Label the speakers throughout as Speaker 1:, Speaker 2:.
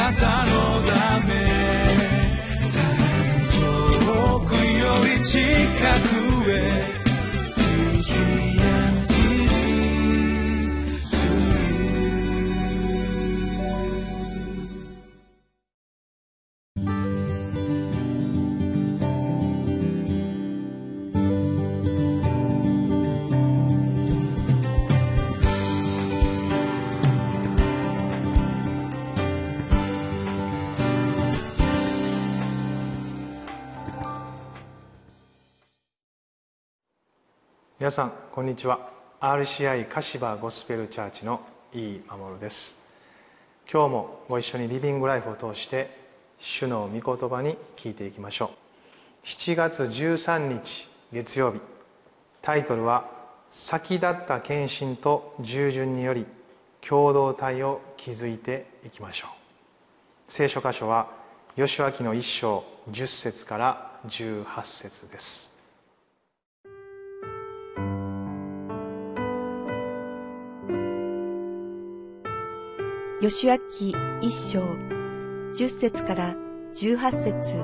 Speaker 1: なたのため遠くより近くへ
Speaker 2: 皆さんこんにちは。 RCI 柏ゴスペルチャーチの井伊守です。今日もご一緒にリビングライフを通して主の御言葉に聞いていきましょう。7月13日月曜日、タイトルは先立った献身と従順により共同体を築いていきましょう。聖書箇所はヨシュア記の1章10節から18節です。
Speaker 3: ヨシュア記1章10節から18節。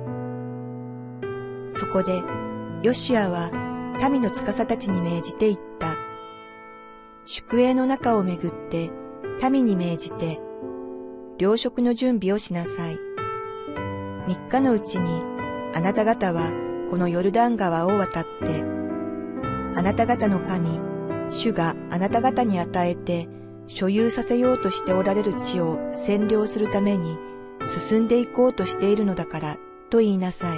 Speaker 3: そこでヨシュアは民の司たちに命じて言った。宿営の中をめぐって民に命じて糧食の準備をしなさい。3日のうちにあなた方はこのヨルダン川を渡ってあなた方の神主があなた方に与えて所有させようとしておられる地を占領するために進んでいこうとしているのだからと言いなさい。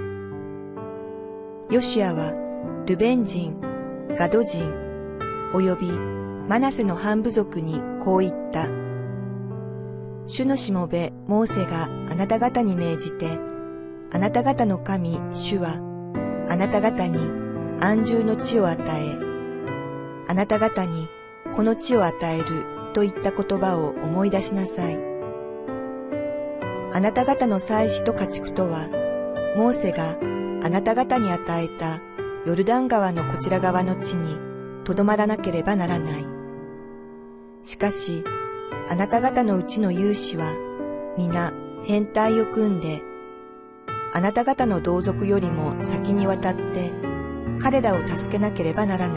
Speaker 3: ヨシュアはルベン人、ガド人、およびマナセの半部族にこう言った。主のしもべモーセがあなた方に命じて、あなた方の神主はあなた方に安住の地を与え、あなた方にこの地を与えるといった言葉を思い出しなさい。あなた方の祭司と家畜とは、モーセがあなた方に与えたヨルダン川のこちら側の地にとどまらなければならない。しかし、あなた方のうちの有志は皆編隊を組んで、あなた方の同族よりも先に渡って彼らを助けなければならない。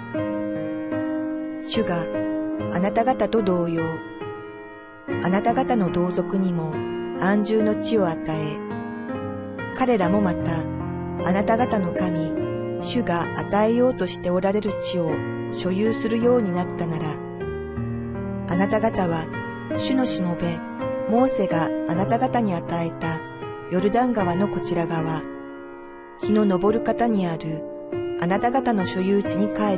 Speaker 3: 主があなた方と同様、あなた方の同族にも安住の地を与え、彼らもまたあなた方の神、主が与えようとしておられる地を所有するようになったなら、あなた方は主のしもべ、モーセがあなた方に与えたヨルダン川のこちら側、日の昇る方にあるあなた方の所有地に帰って、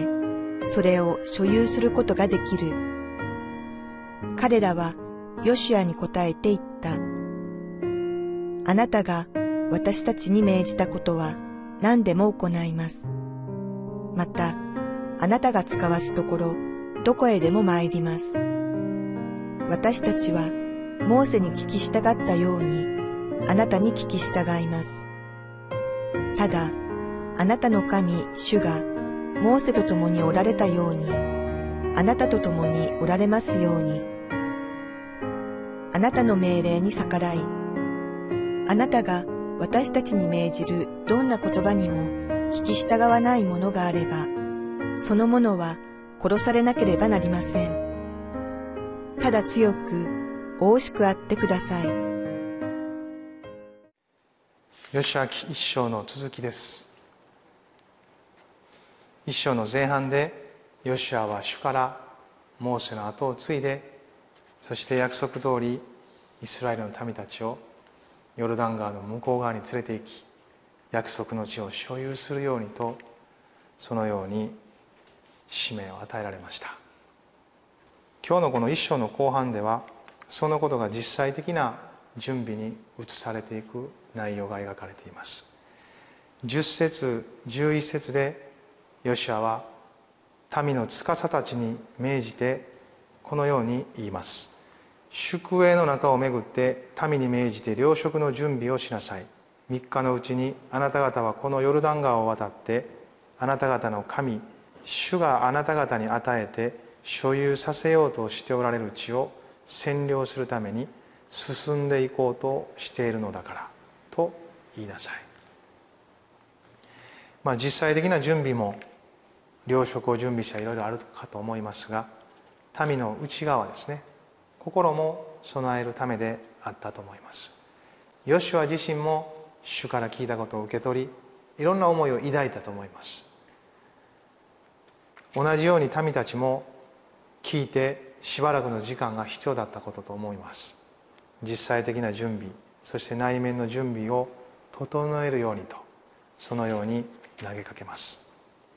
Speaker 3: それを所有することができる。彼らはヨシュアに答えて言った。あなたが私たちに命じたことは何でも行います。また、あなたが使わすところ、どこへでも参ります。私たちはモーセに聞き従ったように、あなたに聞き従います。ただ、あなたの神、主が、モーセと共におられたように、あなたと共におられますように。あなたの命令に逆らい、あなたが私たちに命じるどんな言葉にも聞き従わないものがあれば、その者は殺されなければなりません。ただ強く、大しくあってください。
Speaker 2: ヨシュア記一章の続きです。一章の前半でヨシュアは主からモーセの後を継いで、そして約束通りイスラエルの民たちをヨルダン川の向こう側に連れて行き、約束の地を所有するようにと、そのように使命を与えられました。今日のこの一章の後半では、そのことが実際的な準備に移されていく内容が描かれています。10節11節でヨシュアは民の司たちに命じてこのように言います。宿営の中をめぐって民に命じて糧食の準備をしなさい。3日のうちにあなた方はこのヨルダン川を渡って、あなた方の神主があなた方に与えて所有させようとしておられる地を占領するために進んでいこうとしているのだからと言いなさい。実際的な準備も糧食を準備したらいろいろあるかと思いますが、民の内側ですね、心も備えるためであったと思います。ヨシュア自身も主から聞いたことを受け取り、いろんな思いを抱いたと思います。同じように民たちも聞いてしばらくの時間が必要だったことと思います。実際的な準備、そして内面の準備を整えるようにと、そのように投げかけます。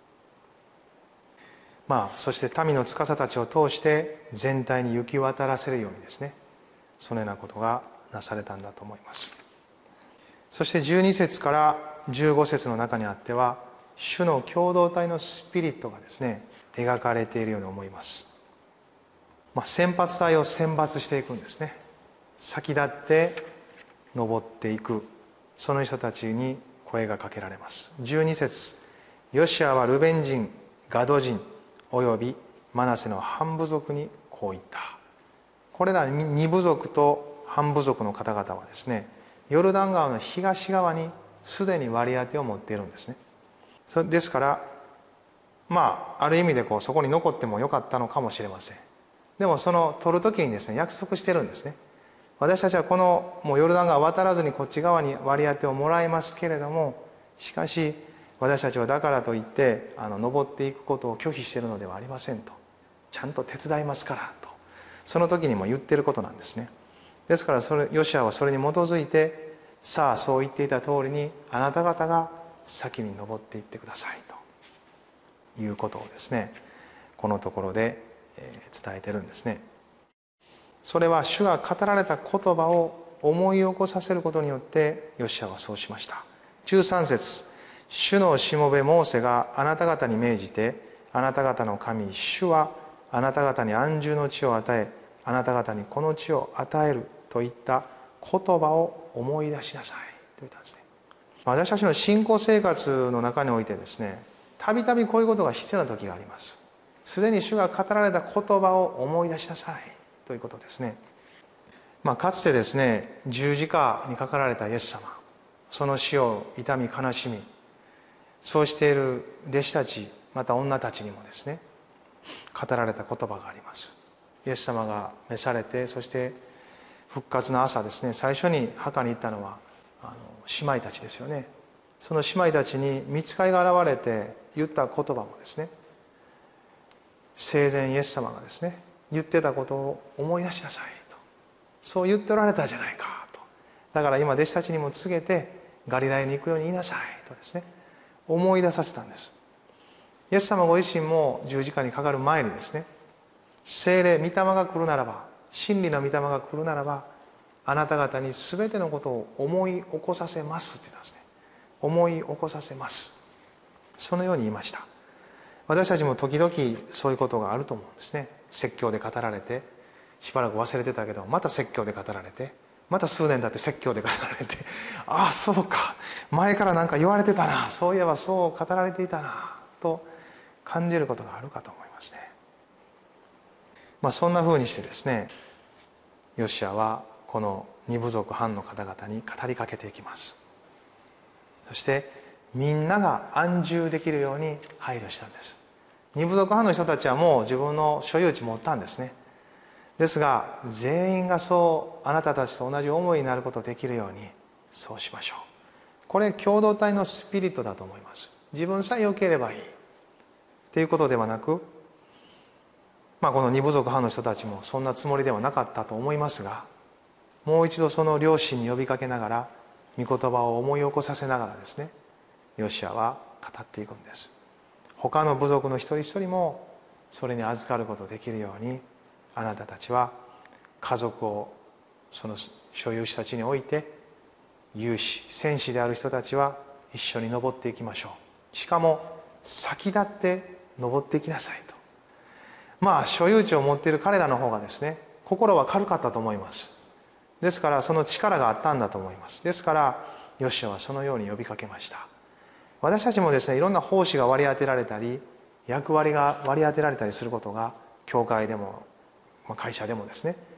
Speaker 2: そして民の司たちを通して全体に行き渡らせるようにですね、そのようなことがなされたんだと思います。そして12節から15節の中にあっては、主の共同体のスピリットがですね、描かれているように思います。先発隊を選抜していくんですね。先立って登っていく、その人たちに声がかけられます。12節、ヨシュアはルベン人、ガド人およびマナセの半部族にこう言った。これら2部族と半部族の方々はですね、ヨルダン川の東側にすでに割り当てを持っているんですね。ですからある意味でそこに残ってもよかったのかもしれません。でも取る時にですね、約束してるんですね。私たちはこのもうヨルダン川渡らずにこっち側に割り当てをもらいますけれども、しかし私たちはだからといって登っていくことを拒否しているのではありませんと、ちゃんと手伝いますからと、その時にも言ってることなんですね。ですからヨシュアはそれに基づいて、さあそう言っていた通りにあなた方が先に登っていってくださいということをですね、このところで伝えてるんですね。それは主が語られた言葉を思い起こさせることによってヨシュアはそうしました。13節、主のしもべモーセがあなた方に命じて、あなた方の神主はあなた方に安住の地を与え、あなた方にこの地を与えるといった言葉を思い出しなさいと言ったんですね。私たちの信仰生活の中においてですね、たびたびこういうことが必要な時があります。すでに主が語られた言葉を思い出しなさいということですね。かつてですね、十字架にかかられたイエス様、その死を痛み悲しみ、そうしている弟子たち、また女たちにもですね、語られた言葉があります。イエス様が召されて、そして復活の朝ですね、最初に墓に行ったのは姉妹たちですよね。その姉妹たちに御使いが現れて言った言葉もですね、生前イエス様がですね言ってたことを思い出しなさいと、そう言っておられたじゃないかと。だから今弟子たちにも告げてガリラヤに行くように言いなさいとですね、思い出させたんです。イエス様ご自身も十字架にかかる前にですね、聖霊御霊が来るならば、真理の御霊が来るならば、あなた方に全てのことを思い起こさせますって言ったんですね。思い起こさせます、そのように言いました。私たちも時々そういうことがあると思うんですね。説教で語られてしばらく忘れてたけど、また説教で語られて、また数年経って説教で語られて、ああそうか、前から何か言われてたな、そういえばそう語られていたなと感じることがあるかと思いますね。そんなふうにしてですね、ヨシュアはこの二部族藩の方々に語りかけていきます。そしてみんなが安住できるように配慮したんです。二部族藩の人たちはもう自分の所有地持ったんですね。ですが全員がそうあなたたちと同じ思いになることができるようにそうしましょう。これ共同体のスピリットだと思います。自分さえ良ければいいっていうことではなく、この二部族藩の人たちもそんなつもりではなかったと思いますが、もう一度その両親に呼びかけながら、御言葉を思い起こさせながらですね、ヨシュアは語っていくんです。他の部族の一人一人もそれに預かることができるように、あなたたちは家族をその所有した地において勇士戦士である人たちは一緒に登っていきましょう。しかも先立って登っていきなさいと。所有地を持っている彼らの方がですね、心は軽かったと思います。ですからその力があったんだと思います。ですからヨシュアはそのように呼びかけました。私たちもですね、いろんな奉仕が割り当てられたり、役割が割り当てられたりすることが教会でも会社でもですね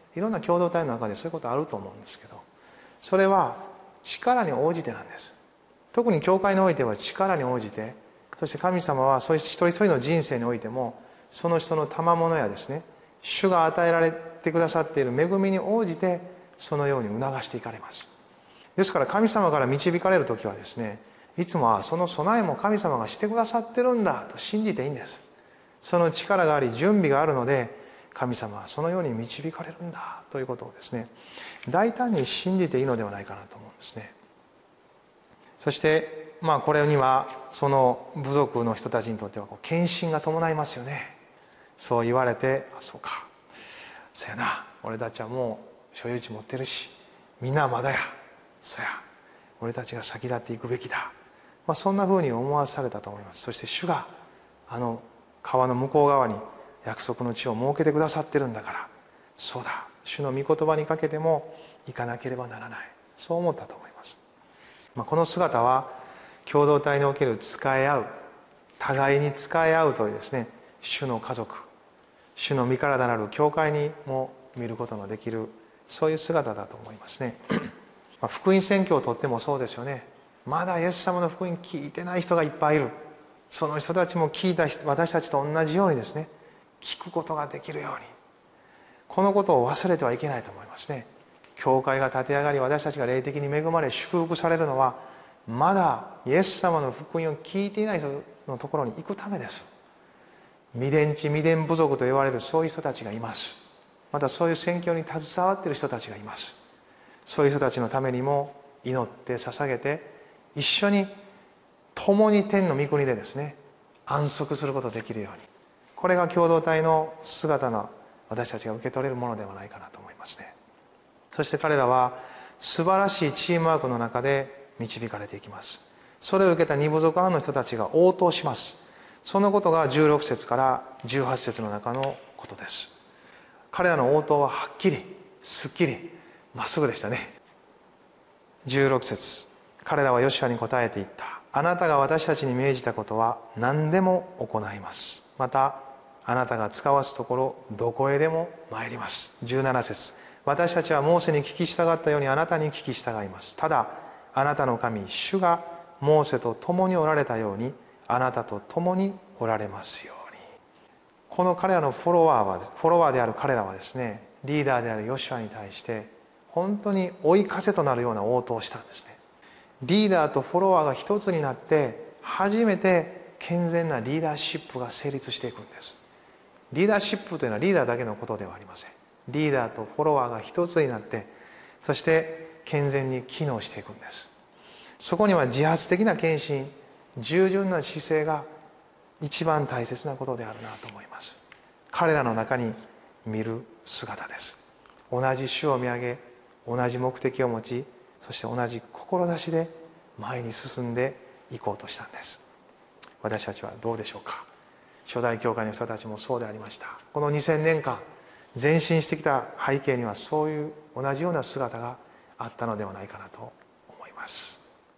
Speaker 2: いろんな共同体の中でそういうことあると思うんですけど、それは力に応じてなんです。特に教会においては力に応じて、そして神様はそういう一人一人の人生においてもその人の賜物やですね、主が与えられてくださっている恵みに応じてそのように促していかれます。ですから神様から導かれる時はですね、いつもその備えも神様がしてくださってるんだと信じていいんです。その力があり準備があるので、神様はそのように導かれるんだということをですね、大胆に信じていいのではないかなと思うんですね。そしてこれにはその部族の人たちにとっては献身が伴いますよね。そう言われて、そうか、そやな、俺たちはもう所有地持ってるし、みんなはまだや、そや、俺たちが先立っていくべきだ、そんなふうに思わされたと思います。そして主が川の向こう側に約束の地を設けてくださってるんだから、そうだ、主の御言葉にかけても行かなければならない、そう思ったと思います。この姿は共同体における仕え合う、互いに仕え合うというですね、主の家族、主の身体なる教会にも見ることのできる、そういう姿だと思いますね。福音宣教をとってもそうですよね。まだイエス様の福音聞いてない人がいっぱいいる。その人たちも聞いた人、私たちと同じようにですね、聞くことができるように、このことを忘れてはいけないと思いますね。教会が立て上がり、私たちが霊的に恵まれ祝福されるのは、まだイエス様の福音を聞いていない人のところに行くためです。未伝地未伝部族と言われるそういう人たちがいます。またそういう宣教に携わっている人たちがいます。そういう人たちのためにも祈って捧げて、一緒に共に天の御国でですね、安息することができるように、これが共同体の姿の私たちが受け取れるものではないかなと思いますね。そして彼らは素晴らしいチームワークの中で導かれていきます。それを受けた二部族派の人たちが応答します。そのことが16節から18節の中のことです。彼らの応答ははっきり、すっきり、まっすぐでしたね。16節、彼らはヨシュアに答えていった。あなたが私たちに命じたことは何でも行います。またあなたが使わすところどこへでも参ります。17節、私たちはモーセに聞き従ったようにあなたに聞き従います。ただあなたの神主がモーセと共におられたようにあなたと共におられますように。この彼らのフォロワーである彼らはですね、リーダーであるヨシュアに対して本当に追い風となるような応答をしたんですね。リーダーとフォロワーが一つになって初めて健全なリーダーシップが成立していくんです。リーダーシップというのはリーダーだけのことではありません。リーダーとフォロワーが一つになって、そして健全に機能していくんです。そこには自発的な献身、従順な姿勢が一番大切なことであるなと思います。彼らの中に見る姿です。同じ主を見上げ、同じ目的を持ち、そして同じ志で前に進んでいこうとしたんです。私たちはどうでしょうか。初代教会の人たちもそうでありました。この2000年間前進してきた背景にはそういう同じような姿があったのではないかなと思います。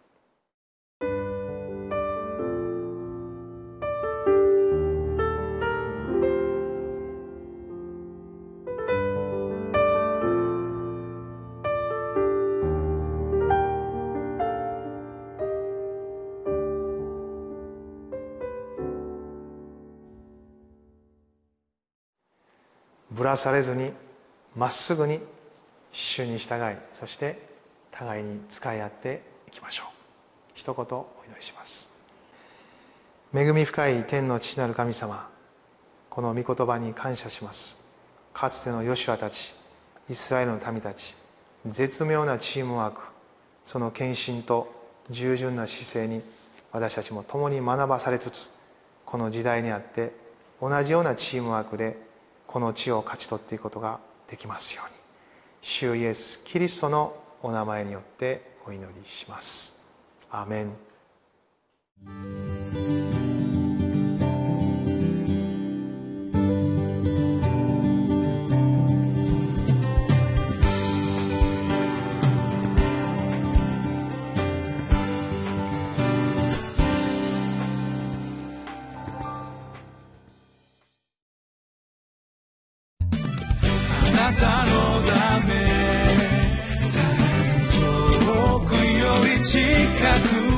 Speaker 2: ぶらされずにまっすぐに主に従い、そして互いに使い合っていきましょう。一言お祈りします。恵み深い天の父なる神様、この御言葉に感謝します。かつてのヨシュアたち、イスラエルの民たち、絶妙なチームワーク、その献身と従順な姿勢に私たちも共に学ばされつつ、この時代にあって同じようなチームワークでこの地を勝ち取っていくことができますように、主イエスキリストのお名前によってお祈りします。アーメン。
Speaker 1: あなたの近く